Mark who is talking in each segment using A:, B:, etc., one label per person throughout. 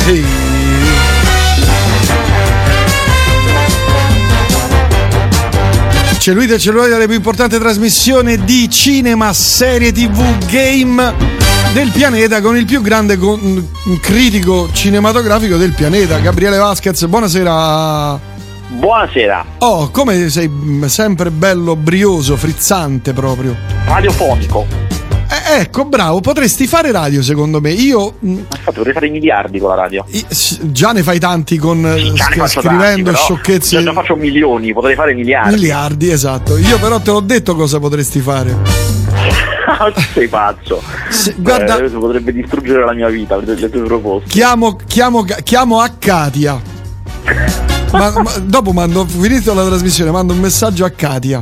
A: Ehi. Cellulite, la più importante trasmissione di cinema, serie TV, game del pianeta, con il più grande critico cinematografico del pianeta, Gabriele Vasquez. Buonasera.
B: Buonasera.
A: Oh, come sei sempre bello, brioso, frizzante proprio.
B: Radiofonico.
A: Ecco, bravo, potresti fare radio secondo me.
B: Infatti vorrei fare i miliardi con la radio.
A: Già ne fai tanti con scrivendo
B: tanti,
A: sciocchezze.
B: Già faccio milioni, potrei fare miliardi.
A: Miliardi, esatto. Io però te l'ho detto cosa potresti fare.
B: Sei pazzo.
A: Guarda,
B: potrebbe distruggere la mia vita le tue proposte.
A: Chiamo a Katia. ma dopo finito la trasmissione, mando un messaggio a Katia.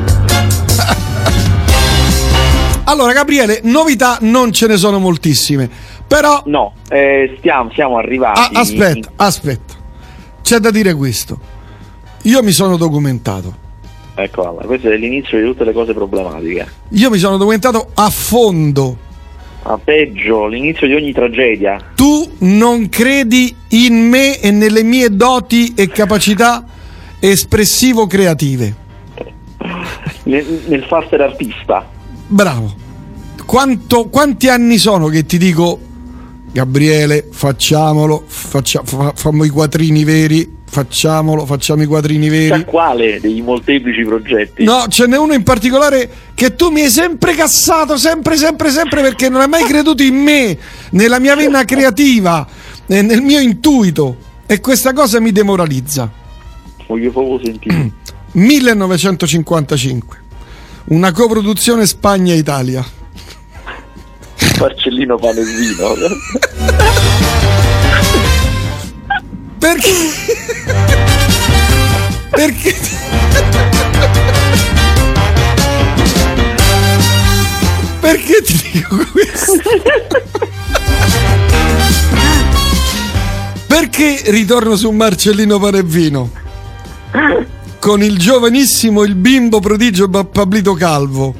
A: Allora, Gabriele, novità non ce ne sono moltissime, però
B: no, siamo arrivati.
A: Aspetta, c'è da dire questo. Io mi sono documentato.
B: Ecco, allora, questo è l'inizio di tutte le cose problematiche.
A: Io mi sono documentato a fondo.
B: A peggio, l'inizio di ogni tragedia.
A: Tu non credi in me e nelle mie doti e capacità espressivo-creative.
B: Nel faster artista.
A: Bravo. Quanti anni sono che ti dico, Gabriele, facciamo i quattrini veri, facciamo i quattrini veri.
B: Cioè, quale dei molteplici progetti?
A: No, ce n'è uno in particolare che tu mi hai sempre cassato, sempre, perché non hai mai creduto in me, nella mia vena creativa, nel mio intuito, e questa cosa mi demoralizza.
B: Voglio proprio sentire.
A: 1955, una coproduzione Spagna-Italia.
B: Marcellino Pane e Vino.
A: Perché ti dico questo? Perché ritorno su Marcellino Pane e Vino con il giovanissimo, il bimbo prodigio Pablito Calvo.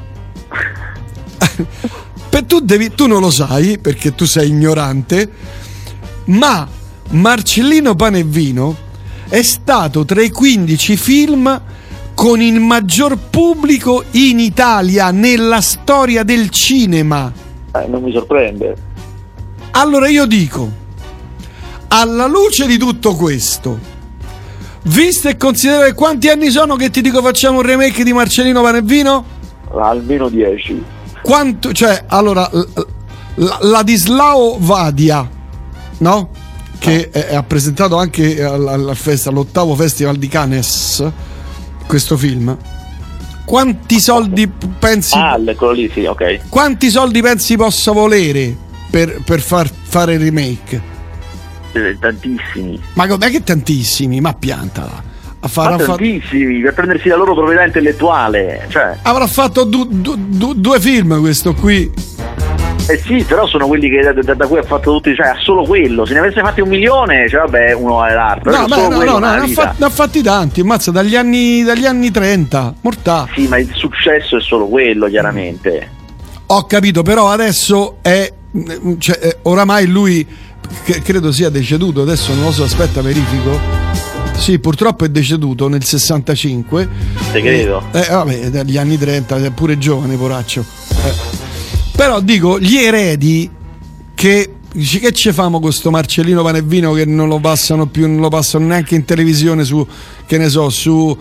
A: Tu non lo sai perché tu sei ignorante, ma Marcellino Pane e Vino è stato tra i 15 film con il maggior pubblico in Italia nella storia del cinema.
B: Non mi sorprende.
A: Allora io dico, alla luce di tutto questo, visto e considerare quanti anni sono che ti dico facciamo un remake di Marcellino Pane e Vino?
B: Almeno 10.
A: Quanto, cioè, allora, Ladislao Vadia, no? Che ha presentato anche all'8º Festival di Cannes questo film. Quanti soldi pensi?
B: Quello lì, sì, ok.
A: Quanti soldi pensi possa volere per fare il remake?
B: Tantissimi.
A: Ma com'è che tantissimi? Ma piantala.
B: Tantissimi, per prendersi la loro proprietà intellettuale, cioè.
A: Avrà fatto due film questo qui.
B: Eh sì, però sono quelli che da cui ha fatto tutti, cioè ha solo quello. Se ne avesse fatti 1 milione, cioè vabbè, uno è l'altro.
A: No, ne ha fatti tanti, ammazza, dagli anni 30, mortà.
B: Sì, ma il successo è solo quello, chiaramente.
A: Ho capito, però adesso oramai lui credo sia deceduto, adesso non lo so, aspetta, verifico. Sì, purtroppo è deceduto nel 65.
B: Te credo.
A: Vabbè, dagli anni 30, è pure giovane, poraccio. Però dico, gli eredi che ci famo con sto Marcellino Pane e Vino che non lo passano più, non lo passano neanche in televisione su, che ne so, su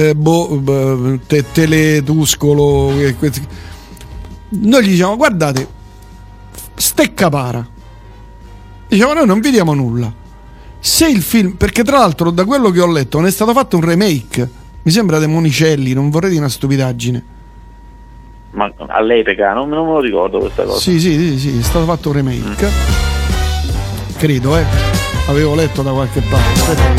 A: Teletuscolo. Noi gli diciamo, guardate, steccapara. Diciamo, noi non vediamo nulla. Se il film, perché tra l'altro da quello che ho letto non è stato fatto un remake, mi sembra dei Monicelli, non vorrei dire una stupidaggine.
B: Ma all'epoca non me lo ricordo questa cosa.
A: Sì, è stato fatto un remake. Credo, avevo letto da qualche parte. Aspetta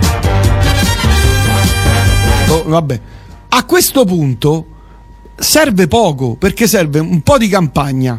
A: che vabbè. A questo punto serve poco, perché serve un po' di campagna.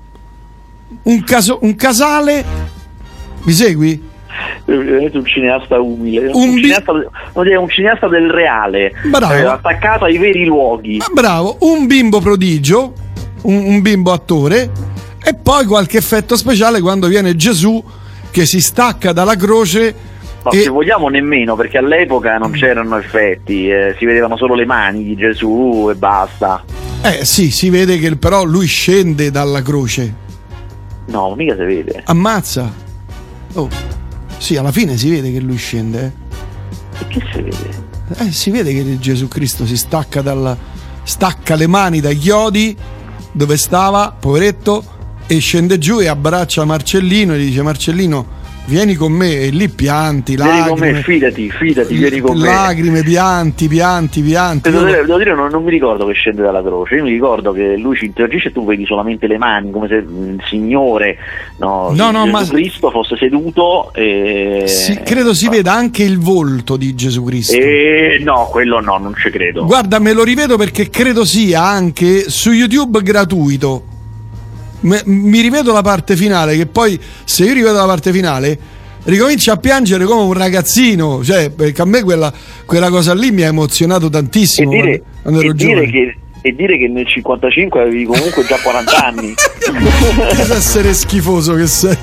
A: Un casale. Mi segui?
B: Un cineasta umile, un cineasta del reale, attaccato ai veri luoghi.
A: Bravo, un bimbo prodigio, un bimbo attore, e poi qualche effetto speciale quando viene Gesù che si stacca dalla croce.
B: No, se vogliamo nemmeno, perché all'epoca non c'erano effetti, si vedevano solo le mani di Gesù e basta.
A: Sì, si vede che però lui scende dalla croce.
B: No, mica si vede.
A: Ammazza. Oh, sì, alla fine si vede che lui scende.
B: E che si vede?
A: Si vede che Gesù Cristo si stacca stacca le mani dai chiodi dove stava, poveretto, e scende giù e abbraccia Marcellino e gli dice: Marcellino, vieni con me, e lì pianti,
B: vieni con me, fidati, vieni con me.
A: Lacrime, pianti.
B: Devo dire, non mi ricordo che scende dalla croce, io mi ricordo che lui ci interagisce e tu vedi solamente le mani, come se il Signore, Gesù Cristo fosse seduto e...
A: Sì, credo si veda anche il volto di Gesù Cristo.
B: No, quello no, non ci credo.
A: Guarda, me lo rivedo perché credo sia anche su YouTube gratuito. Mi rivedo la parte finale, che poi se io rivedo la parte finale ricomincio a piangere come un ragazzino, cioè, perché a me quella cosa lì mi ha emozionato tantissimo quando ero giovane.
B: E dire che nel 55 avevi comunque già 40 anni.
A: Che essere schifoso che sei.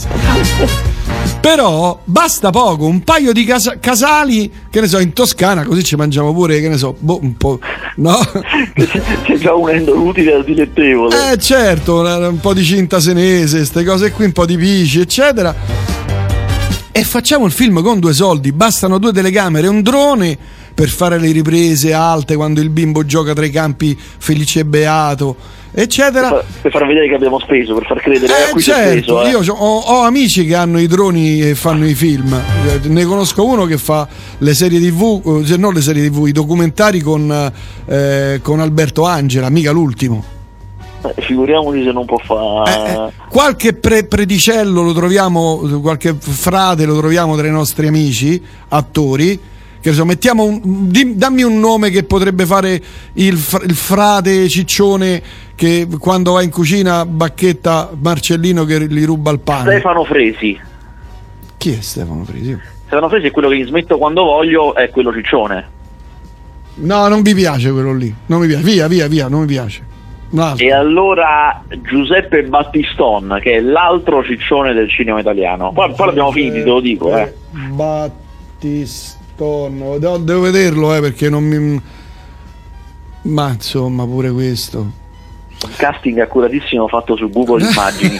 A: Però basta poco, un paio di casali, che ne so, in Toscana, così ci mangiamo pure, che ne so, un po', no?
B: C'è già unendo l'utile al dilettevole.
A: Certo, un po' di cinta senese, queste cose qui, un po' di pici, eccetera. E facciamo il film con 2 soldi, bastano 2 telecamere e un drone per fare le riprese alte quando il bimbo gioca tra i campi felice e beato, eccetera,
B: per far vedere che abbiamo speso, per far credere a cui
A: certo,
B: speso,
A: io ho amici che hanno i droni e fanno i film, ne conosco uno che fa le serie TV, non le serie TV, i documentari con Alberto Angela, mica l'ultimo.
B: Figuriamoci se non può fare.
A: Qualche predicello lo troviamo, qualche frate lo troviamo tra i nostri amici attori, che so, dammi un nome che potrebbe fare il frate ciccione che quando va in cucina bacchetta Marcellino che gli ruba il pane.
B: Stefano Fresi.
A: Chi è Stefano Fresi?
B: Stefano Fresi è quello che gli smetto quando voglio, è quello ciccione.
A: No, non mi piace quello lì, non mi piace, via, non mi piace.
B: E allora Giuseppe Battiston, che è l'altro ciccione del cinema italiano. Poi l'abbiamo finito, te lo dico.
A: Battiston, devo vederlo, perché non mi... Ma insomma, pure questo.
B: Un casting accuratissimo fatto su Google Immagini.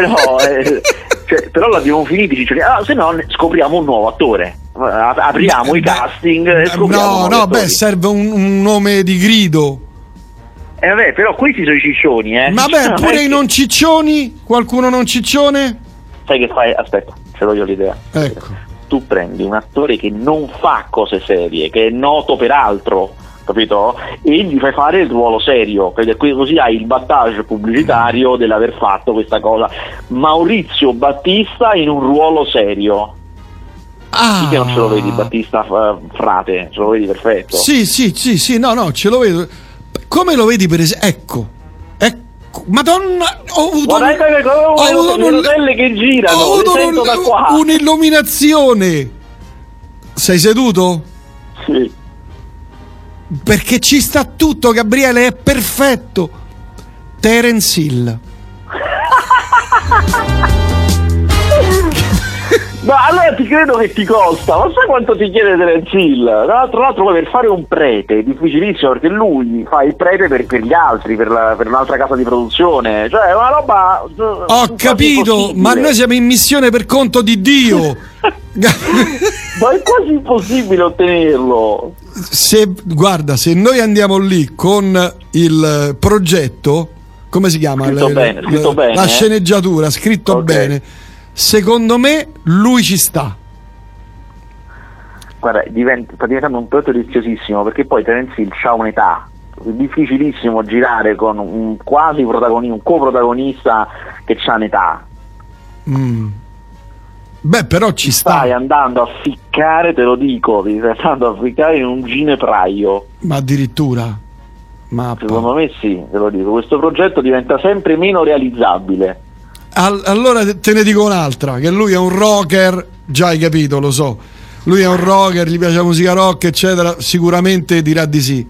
B: Però l'abbiamo finito, se no scopriamo un nuovo attore. Apriamo i casting e scopriamo
A: serve un nome di grido.
B: Però questi sono i ciccioni,
A: Vabbè, pure i non ciccioni? Qualcuno non ciccione?
B: Sai che fai? Aspetta, ce l'ho io l'idea.
A: Ecco.
B: Tu prendi un attore che non fa cose serie, che è noto per altro, capito? E gli fai fare il ruolo serio, così hai il battage pubblicitario dell'aver fatto questa cosa. Maurizio Battista in un ruolo serio. Sì, che non ce lo vedi Battista frate, ce lo vedi perfetto.
A: Sì, no, ce lo vedo. Come lo vedi per esempio? Ecco, Madonna, ho avuto
B: che girano,
A: un'illuminazione. Sei seduto?
B: Sì.
A: Perché ci sta tutto, Gabriele, è perfetto. Terence Hill.
B: Ma allora ti credo che ti costa, ma sai quanto ti chiede Terence Hill? Tra l'altro poi per fare un prete è difficilissimo, perché lui fa il prete per gli altri, per un'altra casa di produzione, cioè è una roba...
A: Ho capito, ma noi siamo in missione per conto di Dio.
B: Ma è quasi impossibile ottenerlo.
A: Se noi andiamo lì con il progetto, come si chiama?
B: Scritto bene,
A: la sceneggiatura, scritto
B: okay.
A: Bene. Secondo me lui ci sta.
B: Guarda, sta diventando un progetto rischiosissimo, perché poi Terence Hill c'ha un'età, è difficilissimo girare con un coprotagonista che c'ha un'età.
A: Beh, però ci sta.
B: Stai andando a ficcare, te lo dico, stai andando a ficcare in un ginepraio.
A: Ma addirittura?
B: Secondo me sì, te lo dico. Questo progetto diventa sempre meno realizzabile.
A: Allora te ne dico un'altra, che lui è un rocker, già hai capito, lo so. Lui è un rocker, gli piace la musica rock, eccetera, sicuramente dirà di sì.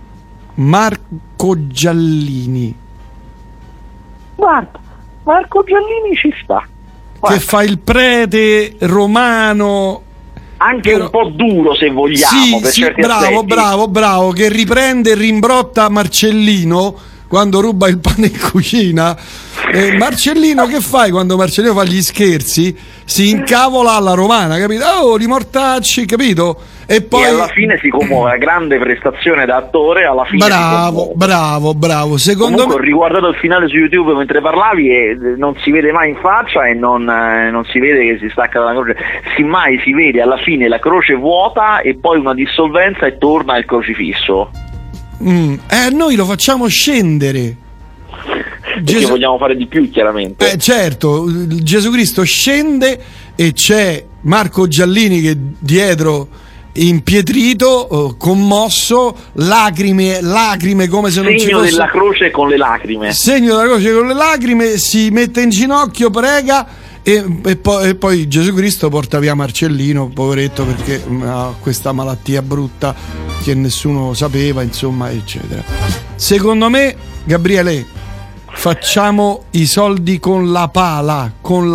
A: Marco Giallini.
B: Guarda, Marco Giallini ci sta.
A: che fa il prete romano,
B: anche un po' duro se vogliamo, per certi aspetti.
A: bravo, che riprende e rimbrotta Marcellino quando ruba il pane in cucina. Marcellino, che fai quando Marcellino fa gli scherzi? Si incavola alla romana, capito? Oh, li mortacci, capito? E poi
B: alla fine si commuove, grande prestazione da attore, alla fine
A: bravo. Secondo
B: me, ho riguardato il finale su YouTube mentre parlavi e non si vede mai in faccia e non si vede che si stacca dalla croce, mai si vede alla fine la croce vuota e poi una dissolvenza e torna il crocifisso.
A: Noi lo facciamo scendere.
B: Perché vogliamo fare di più, chiaramente.
A: Certo, Gesù Cristo scende e c'è Marco Giallini che dietro, impietrito, commosso, lacrime come se non ci fosse.
B: Segno della croce con le lacrime.
A: Segno della croce con le lacrime, si mette in ginocchio, prega e poi Gesù Cristo porta via Marcellino, poveretto, perché ha questa malattia brutta che nessuno sapeva, insomma, eccetera. Secondo me, Gabriele, facciamo i soldi con la pala.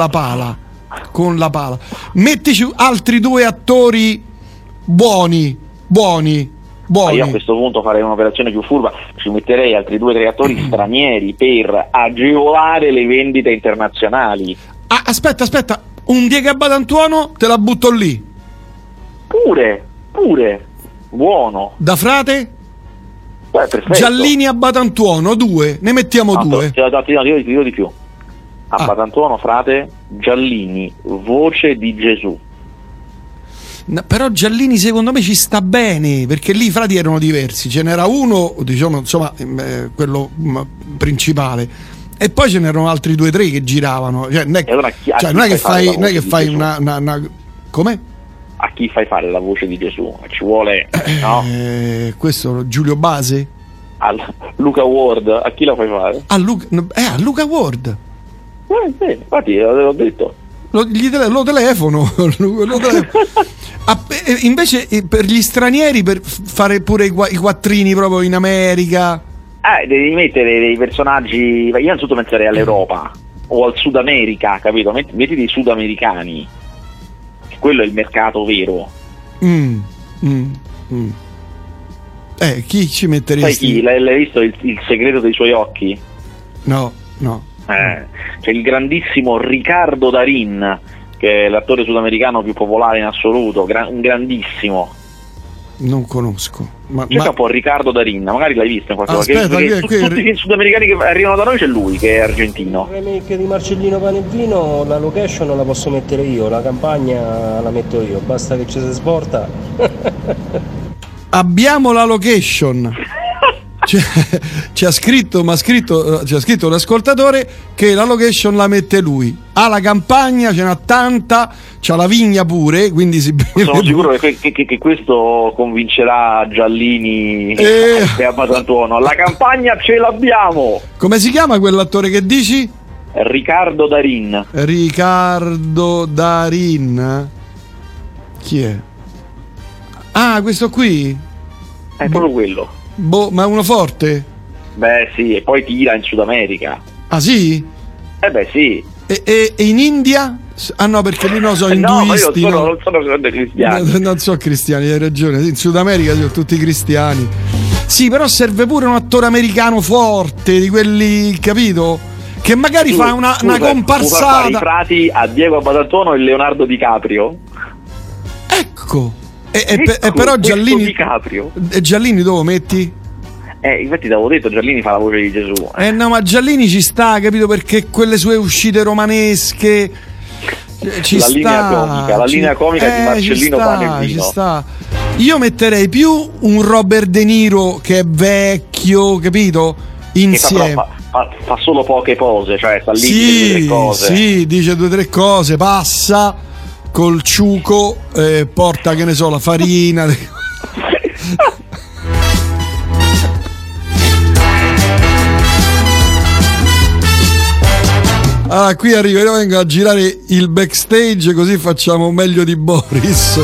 A: Mettici altri 2 attori buoni.
B: Io a questo punto farei un'operazione più furba, ci metterei altri 2 o 3 attori stranieri per agevolare le vendite internazionali.
A: Aspetta, un Diego Abbatantuono te la butto lì.
B: Pure, buono.
A: Da frate?
B: Perfetto.
A: Giallini Abbatantuono, 2, ne mettiamo 2.
B: Io dico di più. Abbatantuono, frate, Giallini, voce di Gesù.
A: No, però Giallini secondo me ci sta bene, perché lì i frati erano diversi, ce n'era uno, diciamo, insomma, quello principale, e poi ce n'erano altri 2 o 3 che giravano, non è che fai una come?
B: A chi fai fare la voce di Gesù? Ci vuole, no?
A: Questo Giulio Base?
B: Luca Ward, a chi la fai fare?
A: A Luca Ward.
B: Infatti l'ho detto.
A: Lo telefono. Invece per gli stranieri, per fare pure i quattrini proprio in America,
B: devi mettere dei personaggi. Io innanzitutto penserei all'Europa o al Sud America, capito? Metti dei sudamericani, quello è il mercato vero.
A: Chi ci metteresti?
B: Sai chi? L'hai visto il segreto dei suoi occhi?
A: No.
B: C'è il grandissimo Ricardo Darín, che è l'attore sudamericano più popolare in assoluto, un grandissimo.
A: Non conosco.
B: Cerca un po' Ricardo Darín, magari l'hai visto in qualche modo. Tutti i film sudamericani che arrivano da noi c'è lui, che è argentino.
C: Il remake di Marcellino Pane e Vino, la location la posso mettere io, la campagna la metto io, basta che ci si sborta.
A: Abbiamo la location. Ci ha scritto un ascoltatore che la location la mette lui. Ha la campagna, ce n'ha tanta, c'ha la vigna pure, quindi
B: sono sicuro che questo convincerà Giallini e Abbatantuono. La campagna ce l'abbiamo.
A: Come si chiama quell'attore che dici?
B: Ricardo Darín.
A: Chi è? Questo qui?
B: È proprio quello.
A: Ma è uno forte?
B: Beh sì, e poi tira in Sud America.
A: Ah sì?
B: Beh sì.
A: E in India? No, perché lì sono induisti.
B: No, non sono cristiani.
A: Non sono cristiani, hai ragione. In Sud America sono tutti cristiani. Sì, però serve pure un attore americano forte, di quelli, capito? Che magari fa una comparsata.
B: I frati a Diego Abbatantuono e Leonardo DiCaprio.
A: Ecco. Però Giallini
B: DiCaprio.
A: E Giallini dove metti?
B: Infatti l'avevo detto, Giallini fa la voce di Gesù.
A: No, ma Giallini ci sta, capito? Perché quelle sue uscite romanesche
B: linea comica di Marcellino Pane e Vino.
A: Ci sta. Io metterei più un Robert De Niro che è vecchio, capito? Insieme.
B: Fa solo poche pose, cioè sta lì, dice 2 o 3 cose. Sì,
A: dice 2 o 3 cose, passa col ciuco, porta, che ne so, la farina. Qui arrivo, io vengo a girare il backstage, così facciamo meglio di Boris.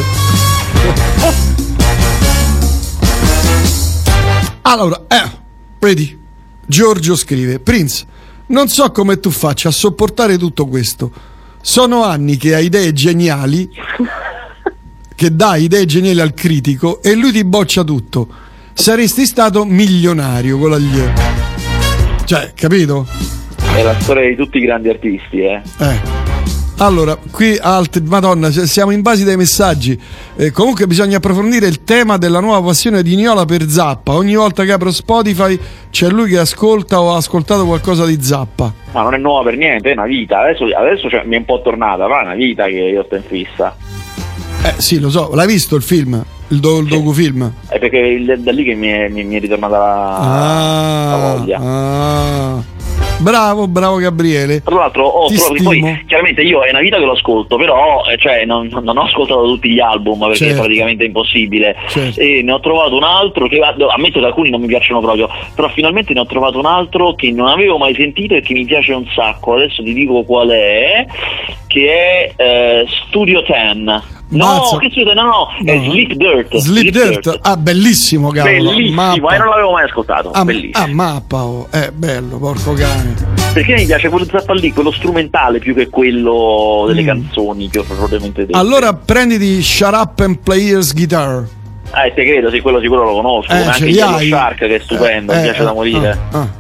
A: Allora, vedi, Giorgio scrive: Prince, non so come tu faccia a sopportare tutto questo. Sono anni che hai idee geniali, che dai idee geniali al critico e lui ti boccia tutto. Saresti stato milionario con la Gliè. Cioè, capito?
B: È la storia di tutti i grandi artisti,
A: Allora, qui altri, Madonna, siamo invasi dai messaggi. Comunque bisogna approfondire il tema della nuova passione di Niola per Zappa. Ogni volta che apro Spotify c'è lui che ascolta o ha ascoltato qualcosa di Zappa.
B: Ma non è nuova per niente, è una vita. Adesso mi è un po' tornata, però è una vita che io sto in fissa.
A: Sì, lo so, l'hai visto il film? Il docufilm?
B: È perché da lì che mi è ritornata la voglia.
A: Bravo Gabriele.
B: Tra l'altro poi chiaramente io è una vita che lo ascolto, però cioè, non ho ascoltato tutti gli album perché è praticamente impossibile. E ne ho trovato un altro che ammetto che alcuni non mi piacciono proprio, però finalmente ne ho trovato un altro che non avevo mai sentito e che mi piace un sacco. Adesso ti dico qual è, che è Studio 10. No, è Sleep Dirt.
A: Sleep Dirt. Ah, bellissimo, cavolo.
B: Bellissimo, non l'avevo mai ascoltato. Bellissimo.
A: Mappa, è bello, porco cane.
B: Perché mi piace quello Zappa lì, quello strumentale più che quello delle canzoni, più propriamente detto.
A: Allora prenditi Shut Up and Play Your Guitar.
B: Te credo, sì, quello sicuro lo conosco. Anche Yellow Shark che è stupendo, mi piace da morire.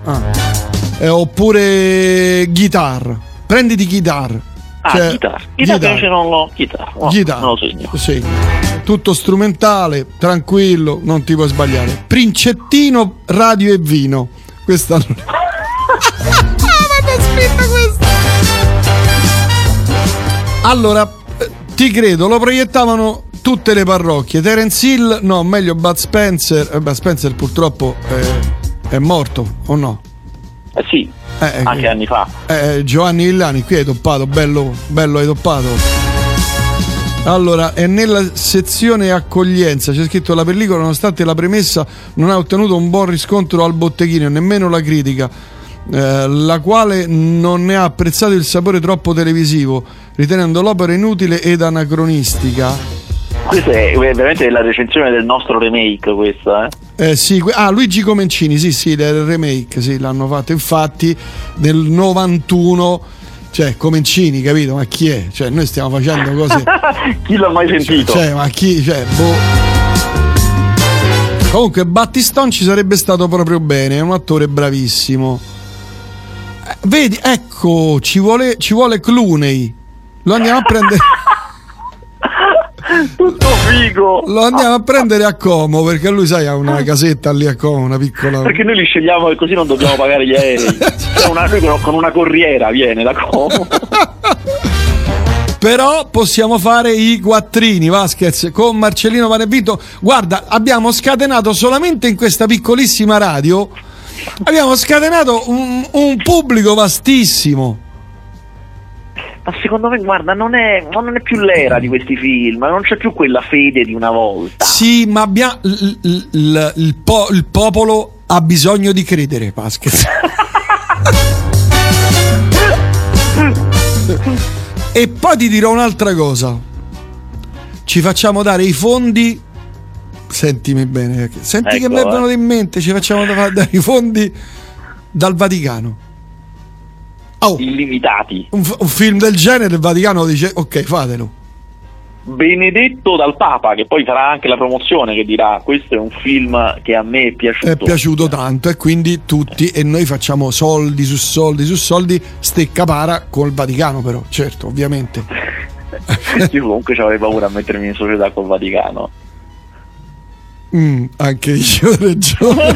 A: Oppure Guitar. Prenditi Guitar.
B: Guitar invece non lo segno.
A: Sì. Tutto strumentale, tranquillo, non ti puoi sbagliare. Princettino, radio e vino. Questa non è scritto questo. Allora, ti credo, lo proiettavano tutte le parrocchie. Terence Hill, no, meglio Bud Spencer. Bud Spencer purtroppo è morto, o no?
B: Sì. Anche anni fa.
A: Giovanni Villani, qui hai toppato, bello hai toppato. Allora, è nella sezione accoglienza, c'è scritto: la pellicola, nonostante la premessa, non ha ottenuto un buon riscontro al botteghino, nemmeno la critica, la quale non ne ha apprezzato il sapore troppo televisivo, ritenendo l'opera inutile ed anacronistica.
B: Questa è veramente la recensione del nostro remake, questa,
A: sì, Luigi Comencini, sì, il remake, sì, l'hanno fatto infatti nel 91, cioè Comencini, capito? Ma chi è? Cioè, noi stiamo facendo cose.
B: Chi l'ha mai sentito?
A: Ma chi, Comunque Battiston ci sarebbe stato proprio bene, è un attore bravissimo. Vedi, ecco, ci vuole Clooney. Lo andiamo a prendere.
B: Tutto figo.
A: Lo andiamo a prendere a Como, perché lui, sai, ha una casetta lì a Como, una piccola.
B: Perché noi li scegliamo e così non dobbiamo pagare gli aerei. Lui con una corriera viene da Como.
A: Però possiamo fare i quattrini, Vasquez, con Marcellino Panevito. Guarda, abbiamo scatenato solamente in questa piccolissima radio, abbiamo scatenato un pubblico vastissimo.
B: Ma secondo me, guarda, non è più l'era di questi film, non c'è più quella fede di una volta. Sì,
A: ma il popolo ha bisogno di credere, Vasquez. E poi ti dirò un'altra cosa: ci facciamo dare i fondi, sentimi bene, senti che mi è venuto in mente, ci facciamo dare i fondi dal Vaticano.
B: Illimitati.
A: Un film del genere il Vaticano dice ok, fatelo.
B: Benedetto dal Papa, che poi farà anche la promozione, che dirà: questo è un film che a me è piaciuto.
A: È piaciuto tanto, e quindi tutti, e noi facciamo soldi su soldi su soldi, stecca para col Vaticano, però, certo, ovviamente.
B: Io comunque ci avrei paura a mettermi in società col Vaticano.
A: Anche io ho ragione.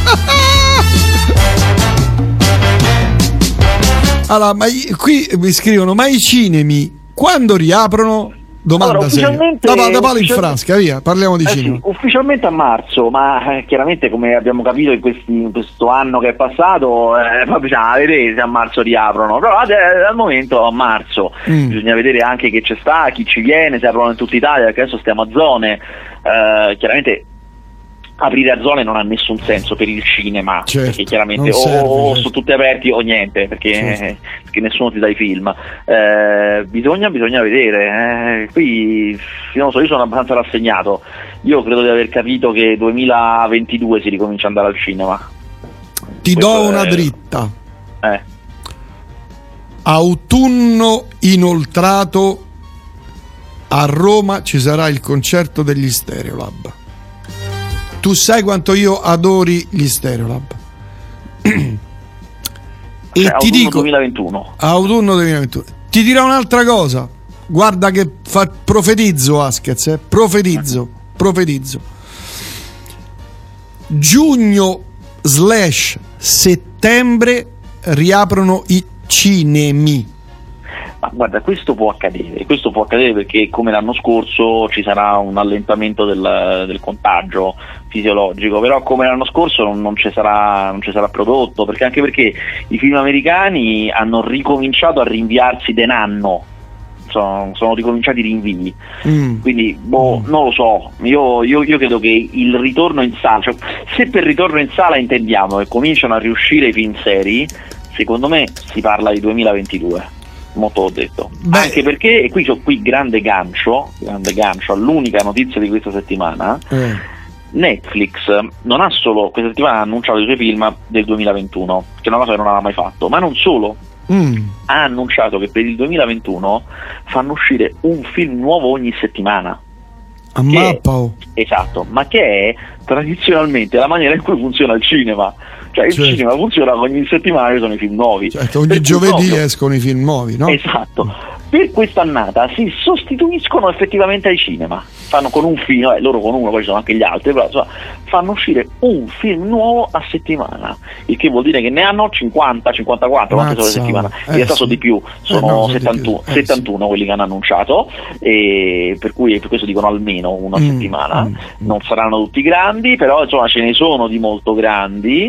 A: Allora, ma qui mi scrivono: ma i cinemi quando riaprono? Domanda seria. Da palo in frasca, via, parliamo di cinema.
B: Sì, ufficialmente a marzo, ma chiaramente, come abbiamo capito in questo anno che è passato, poi bisogna vedere se a marzo riaprono. Però al momento a marzo bisogna vedere anche che c'è sta, chi ci viene, se aprono in tutta Italia, perché adesso stiamo a zone. Chiaramente aprire a zone non ha nessun senso per il cinema, certo, perché chiaramente o sono tutti aperti o niente, perché nessuno ti dà i film. Bisogna vedere. Qui non so, io sono abbastanza rassegnato. Io credo di aver capito che 2022 si ricomincia ad andare al cinema.
A: Ti do una dritta. autunno inoltrato, a Roma ci sarà il concerto degli Stereolab. Tu sai quanto io adori gli Stereolab. E ti dico
B: 2021.
A: Autunno 2021. Ti dirò un'altra cosa. Guarda che profetizzo, Asquez, profetizzo. Giugno/settembre riaprono i cinemi.
B: Ma guarda, questo può accadere perché come l'anno scorso ci sarà un allentamento del contagio fisiologico, però come l'anno scorso non ci sarà prodotto, anche perché i film americani hanno ricominciato a rinviarsi de nanno, sono ricominciati i rinvii, quindi non lo so, io credo che il ritorno in sala, cioè, se per ritorno in sala intendiamo che cominciano a riuscire i film seri, secondo me si parla di 2022. Molto ho detto. Anche perché, e qui c'ho grande gancio all'unica notizia di questa settimana. Netflix non ha solo questa settimana annunciato i suoi film del 2021, che è una cosa che non aveva mai fatto, ma non solo, ha annunciato che per il 2021 fanno uscire un film nuovo ogni settimana. Esatto, ma che è tradizionalmente la maniera in cui funziona il cinema. Cioè il cinema funziona, ogni settimana ci sono i film nuovi.
A: Certo, ogni giovedì escono i film nuovi, no?
B: Esatto. Per quest'annata si sostituiscono effettivamente ai cinema. Fanno con un film, loro con uno, poi ci sono anche gli altri, però insomma, fanno uscire un film nuovo a settimana, il che vuol dire che ne hanno 50, 54, quante sono le settimane? In realtà sono di più, sono 71 quelli che hanno annunciato, e per questo dicono almeno una settimana. Non saranno tutti grandi, però insomma ce ne sono di molto grandi.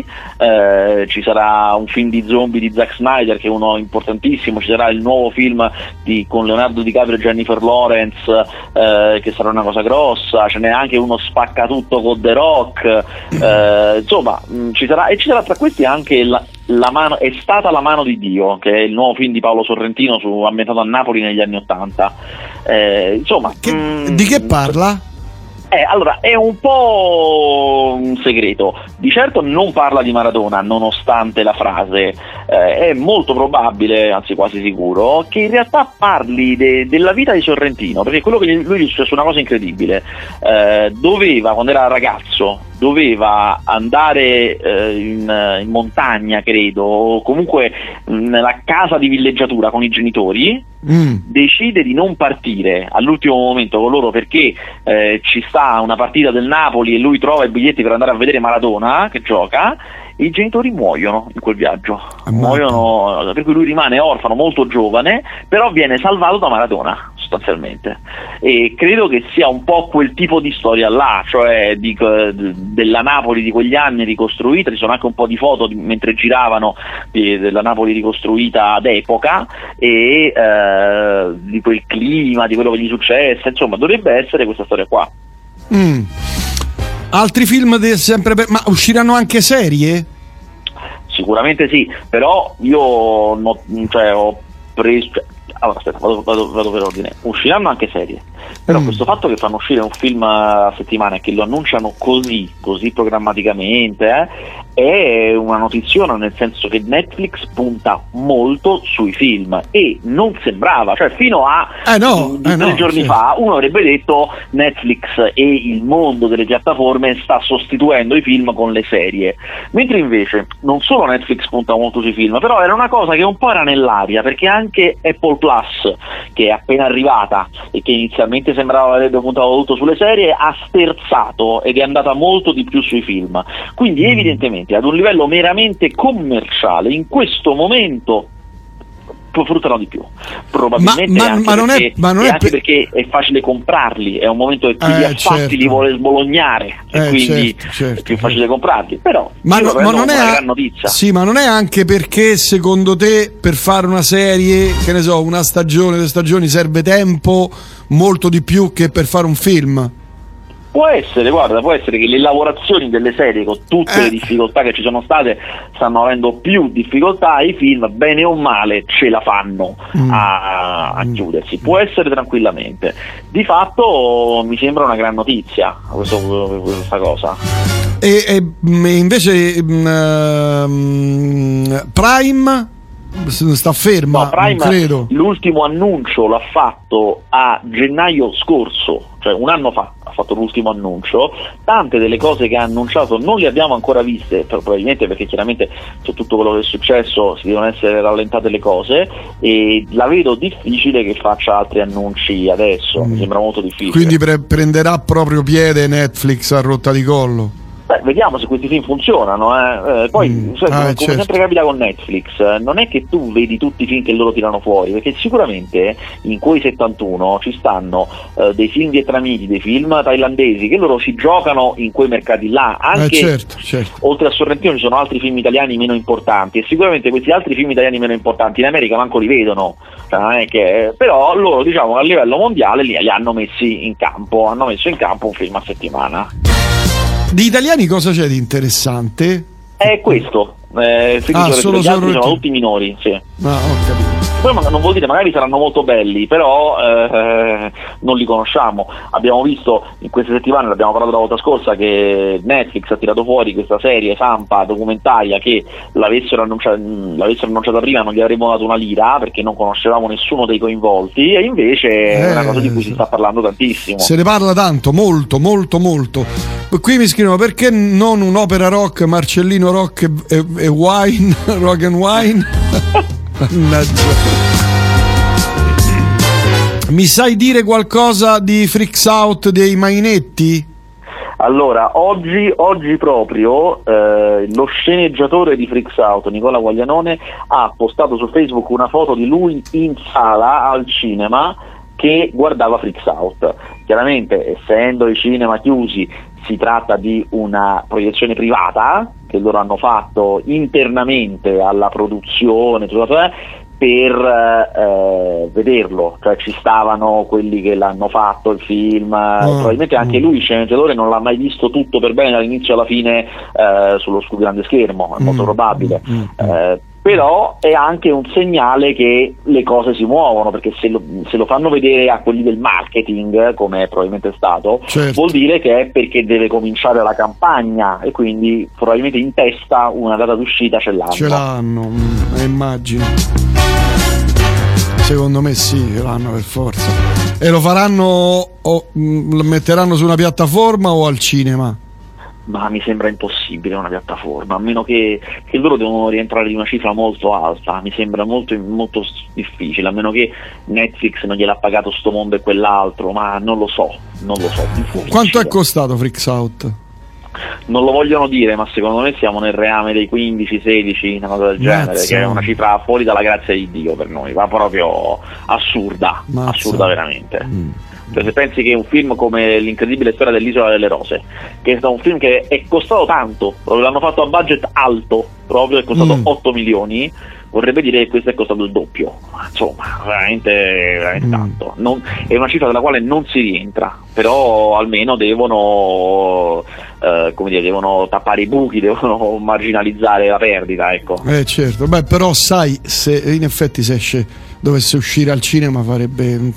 B: Ci sarà un film di zombie di Zack Snyder, che è uno importantissimo, ci sarà il nuovo film con Leonardo DiCaprio e Jennifer Lawrence, che sarà una cosa grossa, ce n'è anche uno spaccatutto con The Rock, insomma ci sarà tra questi anche la mano, è stata la mano di Dio, che è il nuovo film di Paolo Sorrentino ambientato a Napoli negli anni '80. Insomma,
A: di che parla?
B: Allora, è un po' un segreto. Di certo non parla di Maradona, nonostante la frase. È molto probabile, anzi quasi sicuro, che in realtà parli della vita di Sorrentino, perché quello che lui gli è successo è una cosa incredibile. Quando era ragazzo, doveva andare in montagna, credo, o comunque nella casa di villeggiatura con i genitori. Decide di non partire all'ultimo momento con loro perché ci sta una partita del Napoli e lui trova i biglietti per andare a vedere Maradona che gioca. I genitori muoiono in quel viaggio, muoiono, per cui lui rimane orfano molto giovane, però viene salvato da Maradona sostanzialmente, e credo che sia un po' quel tipo di storia là, cioè della Napoli di quegli anni ricostruita. Ci sono anche un po' di foto mentre giravano della Napoli ricostruita ad epoca, e di quel clima, di quello che gli successe, insomma dovrebbe essere questa storia qua.
A: Altri film ma usciranno anche serie?
B: Sicuramente sì, però io ho preso. Allora aspetta, vado per ordine. Usciranno anche serie, però questo fatto che fanno uscire un film a settimana e che lo annunciano così programmaticamente è una notiziona, nel senso che Netflix punta molto sui film, e non sembrava, cioè fino a 3 giorni fa uno avrebbe detto Netflix e il mondo delle piattaforme sta sostituendo i film con le serie, mentre invece non solo Netflix punta molto sui film, però era una cosa che un po' era nell'aria, perché anche Apple Plus, che è appena arrivata e che inizialmente sembrava avrebbe puntato tutto sulle serie, ha sterzato ed è andata molto di più sui film. Quindi evidentemente ad un livello meramente commerciale in questo momento fruttano di più, probabilmente perché è facile comprarli, è un momento che chi li ha fatti li vuole sbolognare, e quindi è più facile comprarli, però non è una gran notizia.
A: Sì, ma non è anche perché secondo te per fare una serie, che ne so, una stagione, 2 stagioni, serve tempo molto di più che per fare un film?
B: Può essere che le lavorazioni delle serie, con tutte le difficoltà che ci sono state, stanno avendo più difficoltà, i film bene o male ce la fanno a chiudersi, può essere tranquillamente. Di fatto mi sembra una gran notizia questa cosa.
A: E invece Prime sta ferma,
B: No, Prime
A: non credo.
B: l'ultimo annuncio l'ha fatto a gennaio scorso, cioè un anno fa ha fatto l'ultimo annuncio. Tante delle cose che ha annunciato non le abbiamo ancora viste, probabilmente perché chiaramente su tutto quello che è successo si devono essere rallentate le cose, e la vedo difficile che faccia altri annunci adesso, mi sembra molto difficile.
A: Quindi prenderà proprio piede Netflix a rotta di collo.
B: Beh, vediamo se questi film funzionano. Poi, come
A: certo.
B: sempre capita con Netflix, non è che tu vedi tutti i film che loro tirano fuori, perché sicuramente in quei 71 ci stanno dei film vietnamiti, dei film thailandesi, che loro si giocano in quei mercati là. Anche
A: Certo.
B: oltre a Sorrentino ci sono altri film italiani meno importanti, e sicuramente questi altri film italiani meno importanti in America manco li vedono. Cioè, non è che, però loro, diciamo, a livello mondiale li hanno messi in campo, hanno messo in campo un film a settimana.
A: Di italiani cosa c'è di interessante?
B: È questo.
A: Solo
B: gli altri sono tutti minori, sì.
A: Ho capito.
B: Poi non vuol dire, magari saranno molto belli, però non li conosciamo. Abbiamo visto in queste settimane, l'abbiamo parlato la volta scorsa, che Netflix ha tirato fuori questa serie Sampa documentaria, che l'avessero annunciata prima non gli avremmo dato una lira, perché non conoscevamo nessuno dei coinvolti, e invece è una cosa di cui si sta parlando tantissimo.
A: Se ne parla tanto, molto. Qui mi scrivono: perché non un'opera rock, Marcellino Rock e Wine, Rock and Wine? Mi sai dire qualcosa di Freaks Out dei Mainetti?
B: Allora, oggi proprio lo sceneggiatore di Freaks Out, Nicola Guaglianone, ha postato su Facebook una foto di lui in sala al cinema che guardava Freaks Out. Chiaramente, essendo i cinema chiusi, si tratta di una proiezione privata che loro hanno fatto internamente alla produzione, per vederlo, cioè ci stavano quelli che l'hanno fatto il film, probabilmente anche lui, il sceneggiatore, non l'ha mai visto tutto per bene dall'inizio alla fine sullo grande schermo, è molto probabile. Però è anche un segnale che le cose si muovono, perché se lo fanno vedere a quelli del marketing, come è probabilmente stato,
A: certo,
B: vuol dire che è perché deve cominciare la campagna, e quindi probabilmente in testa una data d'uscita ce l'hanno.
A: Immagino. Secondo me sì, ce l'hanno per forza. E lo faranno lo metteranno su una piattaforma o al cinema?
B: Ma mi sembra impossibile una piattaforma, a meno che loro devono rientrare di una cifra molto alta. Mi sembra molto, molto difficile, a meno che Netflix non gliel'ha pagato sto mondo e quell'altro, ma non lo so. Difficile.
A: Quanto è costato Freaks Out?
B: Non lo vogliono dire, ma secondo me siamo nel reame dei 15-16, una cosa del genere, che è una cifra fuori dalla grazia di Dio per noi, ma proprio assurda veramente. Cioè, se pensi che un film come L'incredibile storia dell'Isola delle Rose, che è stato un film che è costato tanto, l'hanno fatto a budget alto, proprio è costato 8 milioni, vorrebbe dire che questo è costato il doppio. Insomma, veramente tanto. È una cifra della quale non si rientra, però almeno devono devono tappare i buchi, devono marginalizzare la perdita, ecco.
A: Certo, però sai, se in effetti dovesse uscire al cinema farebbe...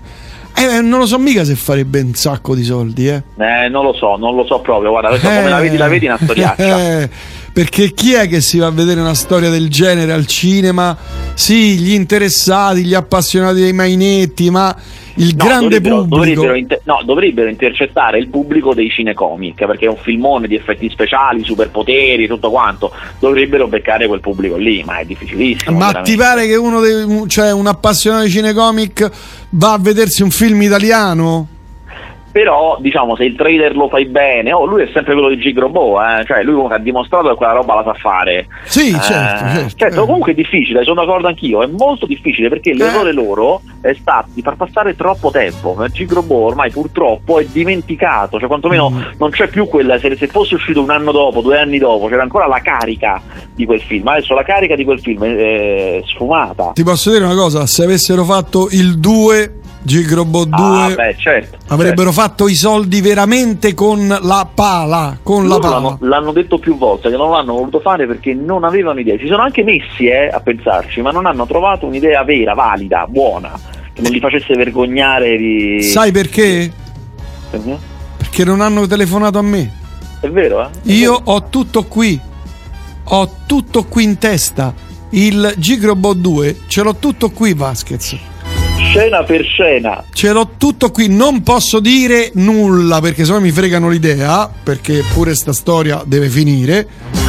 A: non lo so mica se farebbe un sacco di soldi,
B: non lo so proprio, guarda, adesso come la vedi una storiaccia.
A: Perché chi è che si va a vedere una storia del genere al cinema? Sì, gli interessati, gli appassionati dei Mainetti, ma il grande pubblico
B: dovrebbero intercettare il pubblico dei cinecomic, perché è un filmone di effetti speciali, superpoteri, tutto quanto, dovrebbero beccare quel pubblico lì, ma è difficilissimo.
A: Ma
B: veramente.
A: Ti pare che un appassionato di cinecomic va a vedersi un film italiano?
B: Però diciamo, se il trailer lo fai bene, lui è sempre quello di Gigrobo, cioè lui comunque ha dimostrato che quella roba la sa fare.
A: Sì, certo.
B: Comunque è difficile, sono d'accordo anch'io, è molto difficile, perché l'errore loro è stato di far passare troppo tempo. Gigrobo ormai purtroppo è dimenticato, cioè quantomeno non c'è più quella, se fosse uscito un anno dopo, 2 anni dopo, c'era ancora la carica di quel film. Adesso la carica di quel film è sfumata.
A: Ti posso dire una cosa, se avessero fatto il 2, Gigrobo 2,
B: certo,
A: avrebbero fatto i soldi veramente con la pala,
B: L'hanno detto più volte che non l'hanno voluto fare perché non avevano idea. Si sono anche messi a pensarci, ma non hanno trovato un'idea vera, valida, buona, che non li facesse vergognare di...
A: Sai perché? Perché non hanno telefonato a me.
B: È vero,
A: Io ho tutto qui in testa. il Gigrobot 2, ce l'ho tutto qui, Vasquez.
B: Scena per scena.
A: Ce l'ho tutto qui, non posso dire nulla perché sennò mi fregano l'idea, perché pure sta storia deve finire.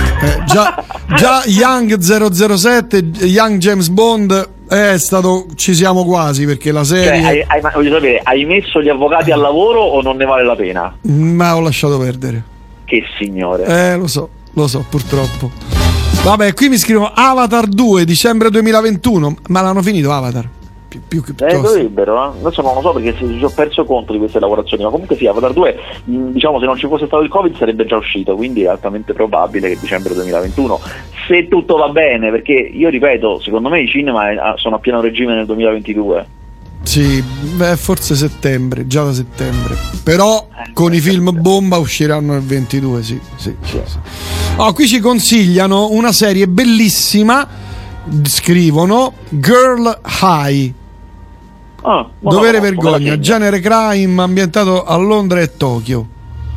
A: Già Young 007, Young James Bond è stato, ci siamo quasi, perché la serie...
B: Cioè, voglio sapere, hai messo gli avvocati al lavoro o non ne vale la pena?
A: Ma ho lasciato perdere.
B: Che signore.
A: Lo so, purtroppo. Vabbè, qui mi scrivono Avatar 2, dicembre 2021, ma l'hanno finito Avatar? Più che piuttosto.
B: Dovrebbero, adesso non lo so perché ci ho perso conto di queste lavorazioni, ma comunque sì, Avatar 2, diciamo, se non ci fosse stato il Covid sarebbe già uscito, quindi è altamente probabile che dicembre 2021, se tutto va bene, perché io ripeto, secondo me i cinema sono a pieno regime nel 2022.
A: Sì, forse settembre, già da settembre. Però con i film bomba usciranno nel 22, sì. Oh, qui ci consigliano una serie bellissima, scrivono Girl High. Dovere vergogna, genere crime ambientato a Londra e Tokyo.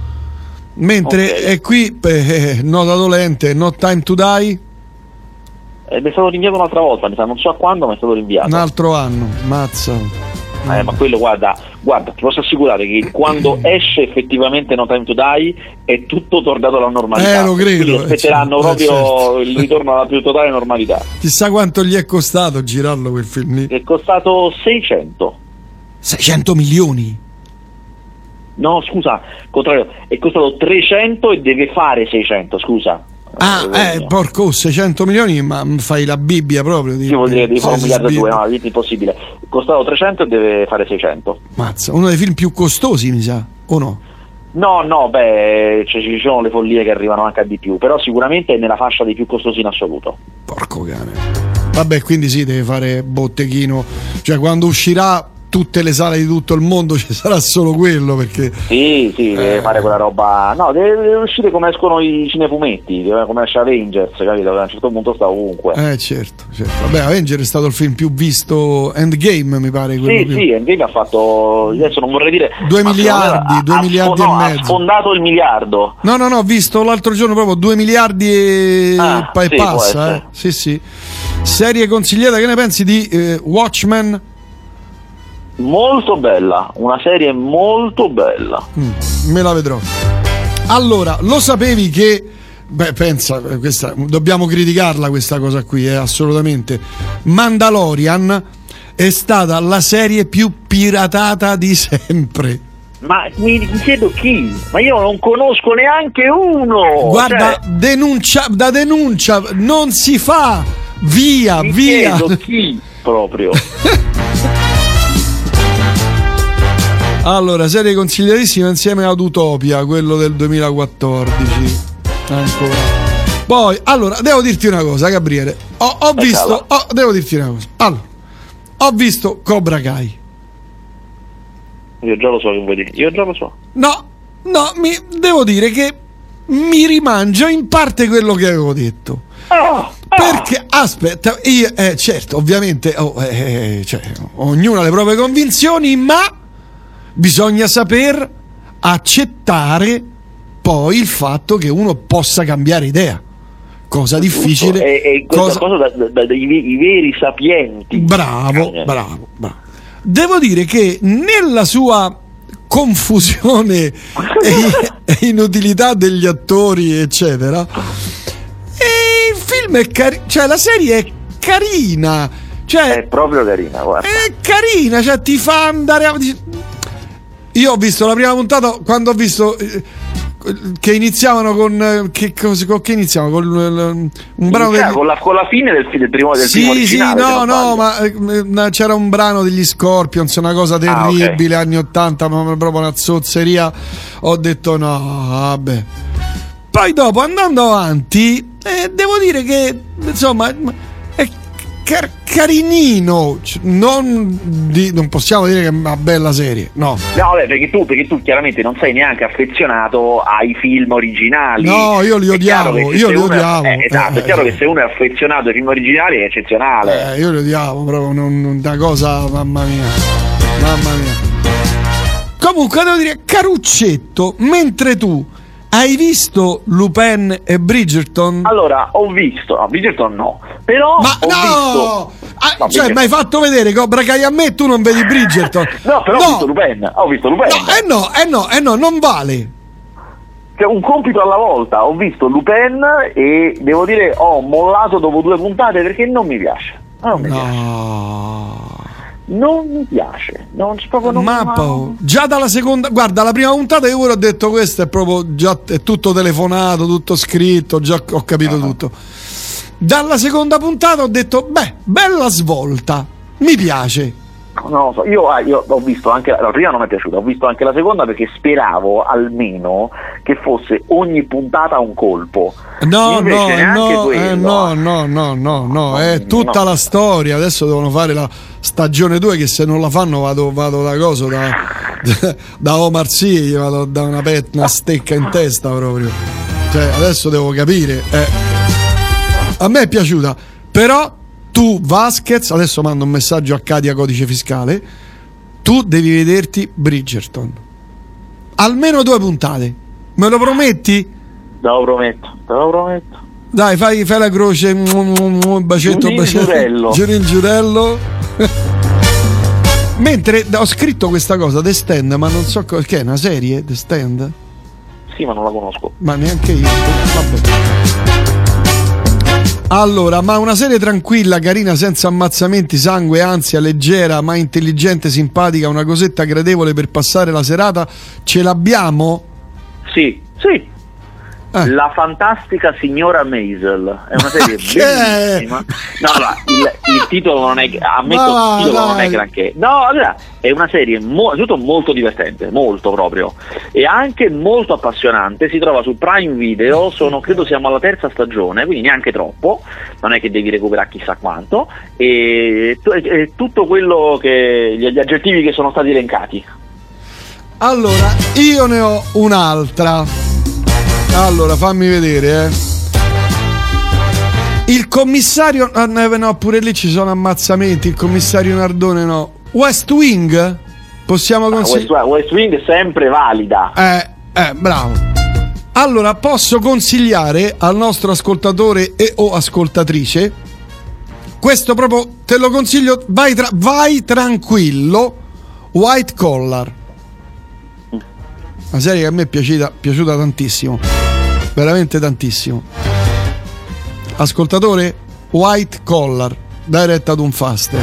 A: Mentre è qui nota dolente, No Time to Die.
B: Mi è stato rinviato un'altra volta, non so a quando, ma è stato rinviato.
A: Un altro anno, mazza.
B: Ma quello, guarda, ti posso assicurare che quando esce effettivamente No Time to Die è tutto tornato alla normalità.
A: Lo credo.
B: Quindi aspetteranno proprio il ritorno alla più totale normalità.
A: Chissà quanto gli è costato girarlo quel film lì.
B: È costato 600
A: milioni.
B: No, scusa, contrario, è costato 300 e deve fare 600, scusa.
A: Porco, 600 milioni, ma fai la Bibbia proprio.
B: Vuol dire devi fare 1 miliardo e 2, no, è impossibile. È costato 300 e deve fare 600.
A: Mazza, uno dei film più costosi, mi sa, o no?
B: No, ci sono le follie che arrivano anche a di più, però sicuramente è nella fascia dei più costosi in assoluto.
A: Porco cane. Vabbè, quindi sì, deve fare botteghino, cioè quando uscirà tutte le sale di tutto il mondo ci sarà solo quello, perché
B: sì, deve fare quella roba, no, deve uscire come escono i cinefumetti, come esce Avengers, capito? A un certo punto sta ovunque.
A: Certo. Vabbè, Avengers è stato il film più visto, Endgame mi pare.
B: Sì, Endgame ha fatto, adesso non vorrei dire
A: 2 miliardi, 2 miliardi e mezzo.
B: Ha sfondato il miliardo.
A: No, ho visto l'altro giorno proprio 2 miliardi e passa. Sì. Serie consigliata, che ne pensi di Watchmen?
B: Molto bella, una serie molto bella.
A: Me la vedrò. Allora, lo sapevi che pensa, questa dobbiamo criticarla questa cosa qui, assolutamente. Mandalorian è stata la serie più piratata di sempre.
B: Ma mi chiedo chi? Ma io non conosco neanche uno.
A: Guarda, denuncia non si fa. Via.
B: Chiedo chi proprio.
A: Allora, serie consigliatissima insieme ad Utopia, quello del 2014. Ancora. Poi, allora, devo dirti una cosa, Gabriele. Devo dirti una cosa. Allora, ho visto Cobra Kai.
B: Io già lo so che vuoi dire.
A: No, devo dire che mi rimangio in parte quello che avevo detto. Perché, aspetta, io, certo, ovviamente, ognuno ha le proprie convinzioni, ma bisogna saper accettare poi il fatto che uno possa cambiare idea, cosa difficile.
B: È cosa dei veri sapienti.
A: Bravo. Devo dire che nella sua confusione e inutilità degli attori, eccetera, il film è cioè la serie è carina, cioè
B: è proprio carina, guarda.
A: È carina, cioè ti fa andare Io ho visto la prima puntata quando ho visto che iniziavano con che iniziavano con un brano
B: con la fine del primo originale.
A: Ma c'era un brano degli Scorpions, una cosa terribile, anni 80, ma proprio una zozzeria. Ho detto no, vabbè. Poi dopo, andando avanti, devo dire che insomma è carinino, non possiamo dire che è una bella serie, no,
B: vabbè, perché tu chiaramente non sei neanche affezionato ai film originali.
A: No, io li odiavo.
B: Esatto, è chiaro che se uno è affezionato ai film originali è eccezionale.
A: Io li odiavo proprio, una cosa, mamma mia. Comunque devo dire, caruccetto, mentre tu Hai visto Lupin e Bridgerton?
B: Allora, ho visto, no, Bridgerton no, però
A: Ma
B: ho
A: no!
B: visto...
A: Ah, cioè, mi hai fatto vedere Cobra Kai a me e tu non vedi Bridgerton?
B: No, però ho visto Lupin,
A: No, non vale.
B: Cioè, un compito alla volta, ho visto Lupin e devo dire ho mollato dopo 2 puntate perché non mi piace. Non mi piace. Già dalla seconda, guarda, la prima puntata io ho detto questo è proprio già è tutto telefonato, tutto scritto, già ho capito tutto. Dalla seconda puntata ho detto bella svolta, mi piace. Non lo so, io ho visto anche la prima, non mi è piaciuta, ho visto anche la seconda perché speravo almeno che fosse ogni puntata un colpo.
A: No, è tutta la storia. Adesso devono fare la stagione 2 che se non la fanno vado da coso da Omar Sy, vado da una stecca in testa proprio. Cioè, adesso devo capire. A me è piaciuta, però tu Vasquez, adesso mando un messaggio a Katia Codice Fiscale, tu devi vederti Bridgerton, almeno 2 puntate, me lo prometti?
B: Te lo prometto.
A: Dai, fai la croce, bacetto, giurello. Mentre ho scritto questa cosa, The Stand, ma non so che è una serie, The Stand?
B: Sì, ma non la conosco.
A: Ma neanche io, vabbè. Allora, ma una serie tranquilla, carina, senza ammazzamenti, sangue, ansia, leggera, ma intelligente, simpatica, una cosetta gradevole per passare la serata, ce l'abbiamo?
B: Sì. La fantastica signora Maisel è una serie bellissima. No, allora, il titolo non è, ammetto, il titolo non è granché. No, allora, è una serie tutto molto divertente, molto proprio, e anche molto appassionante. Si trova su Prime Video, credo siamo alla 3ª stagione, quindi neanche troppo, non è che devi recuperare chissà quanto, e tutto quello che gli aggettivi che sono stati elencati.
A: Allora, io ne ho un'altra. Allora, fammi vedere, Il commissario, no, pure lì ci sono ammazzamenti. Il commissario Nardone no. West Wing? Possiamo consigliare?
B: West Wing è sempre valida.
A: Bravo. Allora, posso consigliare al nostro ascoltatore e o ascoltatrice, questo proprio te lo consiglio, vai tranquillo, White Collar. Una serie che a me è piaciuta tantissimo, veramente tantissimo. Ascoltatore, White Collar, diretta ad un faster.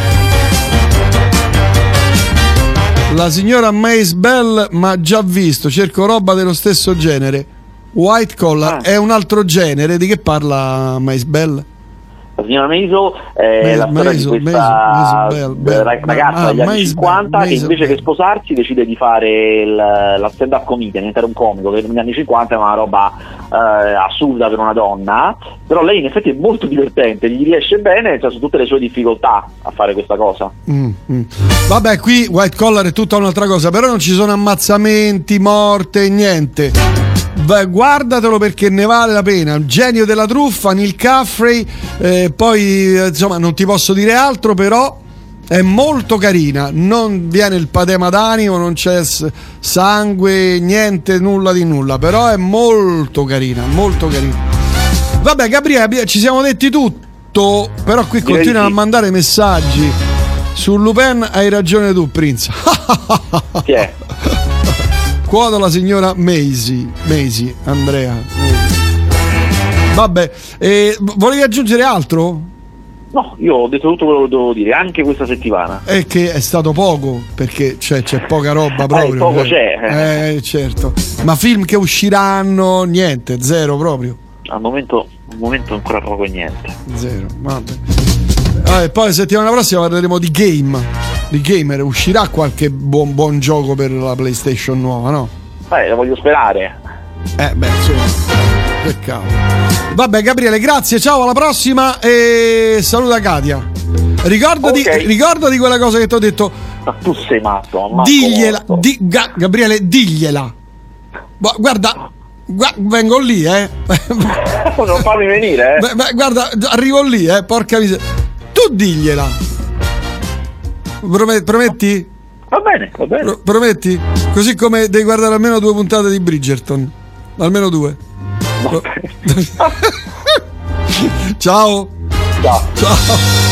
A: La signora Mace Bell, ma già visto, cerco roba dello stesso genere. White Collar è un altro genere. Di che parla Mace Bell?
B: La signora Maisel è la storia di questa ragazza degli anni 50 che invece che sposarsi decide di fare la stand-up comedian, diventare un comico, che negli anni 50 è una roba assurda per una donna, però lei in effetti è molto divertente, gli riesce bene, cioè, su tutte le sue difficoltà a fare questa cosa.
A: Vabbè, qui White Collar è tutta un'altra cosa, però non ci sono ammazzamenti, morte, niente. Guardatelo perché ne vale la pena. Genio della truffa, Neil Caffrey, poi insomma non ti posso dire altro, però è molto carina, non viene il patema d'animo, non c'è sangue, niente, nulla di nulla, però è molto carina. Vabbè Gabriele, ci siamo detti tutto, però qui continuano a mandare messaggi. Su Lupin hai ragione tu, Prince.
B: Chi è?
A: Quoto la signora Maisie, Andrea. Vabbè, volevi aggiungere altro?
B: No, io ho detto tutto quello che dovevo dire, anche questa settimana.
A: È che è stato poco, perché c'è poca roba proprio.
B: Poco c'è.
A: Certo. Ma film che usciranno, niente, zero proprio.
B: Al momento ancora poco e niente.
A: Zero, vabbè. Poi settimana prossima parleremo di gamer. Uscirà qualche buon gioco per la PlayStation nuova, no?
B: Lo voglio sperare.
A: Insomma, che cavolo. Vabbè Gabriele, grazie, ciao, alla prossima e saluta Katia. Ricordati quella cosa che ti ho detto.
B: Ma tu sei matto.
A: Digliela, Gabriele, digliela. Guarda, vengo lì,
B: Non fammi venire,
A: Guarda, arrivo lì, porca miseria. Tu digliela. Prometti?
B: Va bene.
A: Prometti? Così come devi guardare almeno 2 puntate di Bridgerton. Almeno 2.
B: Va bene.
A: Ciao.
B: Ciao.
A: Ciao.